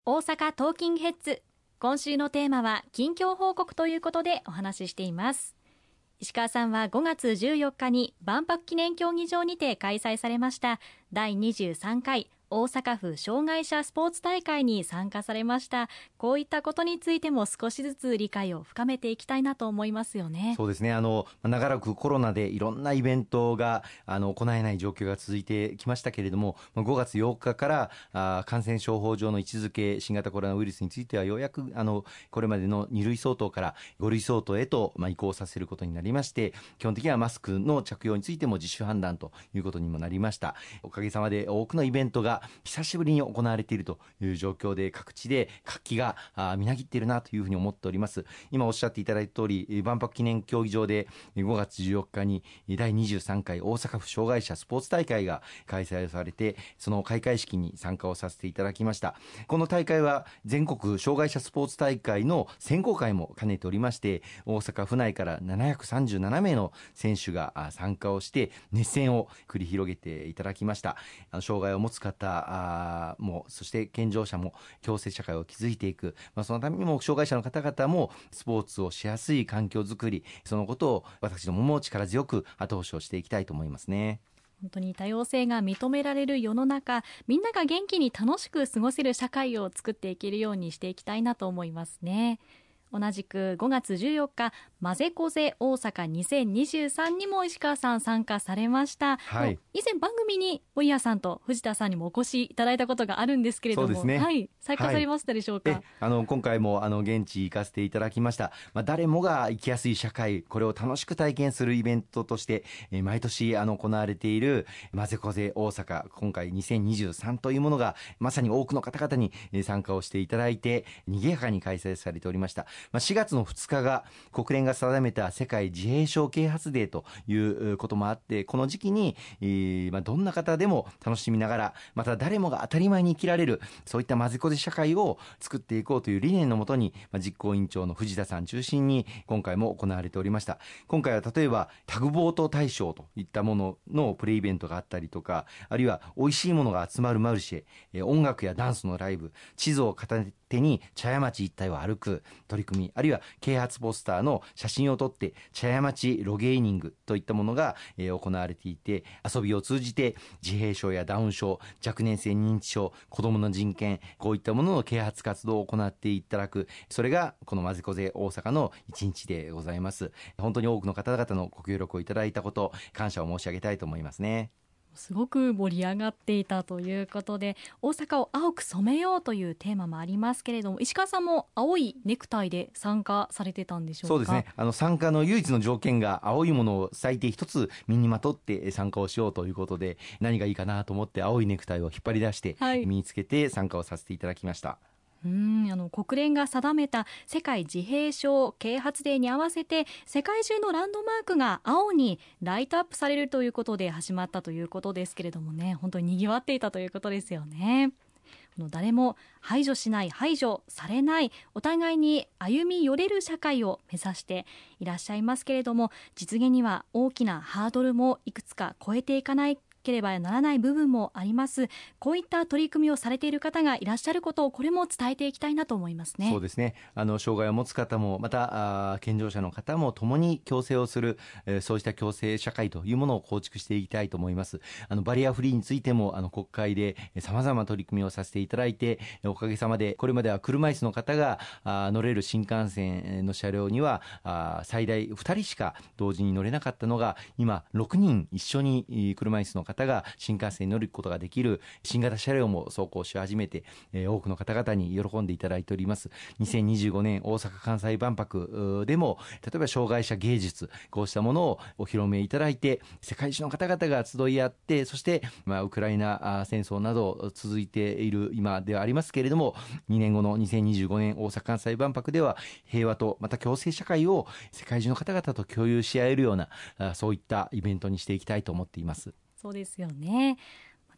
大阪トーキングヘッズ、今週のテーマは近況報告ということでお話ししています。石川さんは5月14日に万博記念競技場にて開催されました第23回大阪府障害者スポーツ大会に参加されました。こういったことについても少しずつ理解を深めていきたいなと思いますよね。 そうですね。長らくコロナでいろんなイベントが行えない状況が続いてきましたけれども、5月8日から感染症法上の位置づけ、新型コロナウイルスについてはようやくこれまでの2類相当から5類相当へと移行させることになりまして、基本的にはマスクの着用についても自主判断ということにもなりました。おかげさまで多くのイベントが久しぶりに行われているという状況で、各地で活気がみなぎっているなというふうに思っております。今おっしゃっていただいた通り、万博記念競技場で5月14日に第23回大阪府障害者スポーツ大会が開催されて、その開会式に参加をさせていただきました。この大会は全国障害者スポーツ大会の選考会も兼ねておりまして、大阪府内から737名の選手が参加をして熱戦を繰り広げていただきました。障害を持つ方も、そして健常者も共生社会を築いていく、そのためにも障害者の方々もスポーツをしやすい環境づくり、そのことを私どもも力強く後押しをしていきたいと思いますね。 本当に多様性が認められる世の中、みんなが元気に楽しく過ごせる社会を作っていけるようにしていきたいなと思いますね。同じく5月14日、まぜこぜ大阪2023にも石川さん参加されました。 はい、 以前番組にボイヤーさんと藤田さんにもお越しいただいたことがあるんですけれども、 そうですね、 はい、再開されましたでしょうか。 今回も現地行かせていただきました。誰もが生きやすい社会、これを楽しく体験するイベントとして、毎年行われているまぜこぜ大阪、今回2023というものがまさに多くの方々に参加をしていただいて賑やかに開催されておりました。4月の2日が国連が定めた世界自閉症啓発デーということもあって、この時期に、どんな方でも楽しみながら、また誰もが当たり前に生きられる、そういったまぜこぜ社会を作っていこうという理念のもとに、実行委員長の藤田さん中心に今回も行われておりました。今回は例えばタグボート大賞といったもののプレイイベントがあったりとか、あるいは美味しいものが集まるマルシェ、音楽やダンスのライブ、地図を片手に茶屋町一帯を歩く取り組み、あるいは啓発ポスターの写真を撮って茶屋町ロゲーニングといったものが行われていて、遊びを通じて自閉症やダウン症、若年性認知症、子どもの人権、こういったものの啓発活動を行っていただく、それがこのまぜこぜ大阪の一日でございます。本当に多くの方々のご協力をいただいたこと、感謝を申し上げたいと思いますね。 すごく盛り上がっていたということで、大阪を青く染めようというテーマもありますけれども、石川さんも青いネクタイで参加されてたんでしょうか。 そうですね。参加の唯一の条件が青いものを最低一つ身にまとって参加をしようということで、何がいいかなと思って青いネクタイを引っ張り出して身につけて参加をさせていただきました。 国連が定めた世界自閉症啓発デーに合わせて、世界中のランドマークが青にライトアップされるということで始まったということですけれどもね、本当に賑わっていたということですよね。誰も排除しない、排除されない、お互いに歩み寄れる社会を目指していらっしゃいますけれども、実現には大きなハードルもいくつか超えていかないければならない部分もあります。こういった取り組みをされている方がいらっしゃることを、これも伝えていきたいなと思いますね。 そうですね。障害を持つ方もまた健常者の方も共に共生をする、そうした共生社会というものを構築していきたいと思います。バリアフリーについても国会で様々な取り組みをさせていただいて、おかげさまでこれまでは車椅子の方が乗れる新幹線の車両には最大2人しか同時に乗れなかったのが、今6人一緒に車椅子の方が新幹線に乗ることができる新型車両も走行し始めて、多くの方々に喜んでいただいております。2025年大阪・関西万博でも、例えば障害者芸術、こうしたものをお披露目いただいて、世界中の方々が集い合って、そしてウクライナ戦争など続いている今ではありますけれども、2年後の2025年大阪・関西万博では平和とまた共生社会を世界中の方々と共有し合えるような、そういったイベントにしていきたいと思っています。 そうですよね。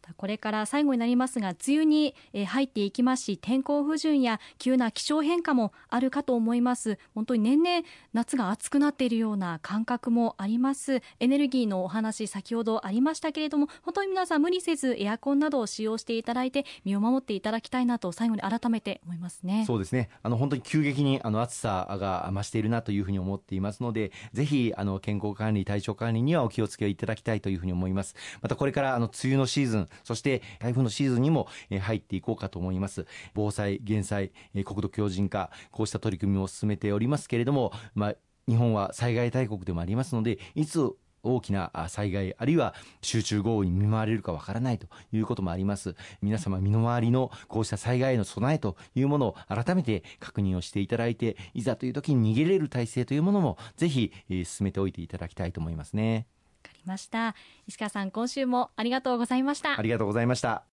これから最後になりますが、梅雨に入っていきますし、天候不順や急な気象変化もあるかと思います。本当に年々夏が暑くなっているような感覚もあります。エネルギーのお話先ほどありましたけれども、本当に皆さん無理せずエアコンなどを使用していただいて身を守っていただきたいなと最後に改めて思いますね。 そうですね、本当に急激に暑さが増しているなというふうに思っていますので、ぜひ健康管理、体調管理にはお気をつけいただきたいというふうに思います。またこれから梅雨のシーズン、そして台風のシーズンにも入っていこうかと思います。防災減災、国土強靭化、こうした取り組みを進めておりますけれども、日本は災害大国でもありますので、いつ大きな災害あるいは集中豪雨に見舞われるかわからないということもあります。皆様身の回りのこうした災害への備えというものを改めて確認をしていただいて、いざという時に逃げれる体制というものもぜひ進めておいていただきたいと思いますね。 わかりました。石川さん、今週もありがとうございました。 ありがとうございました。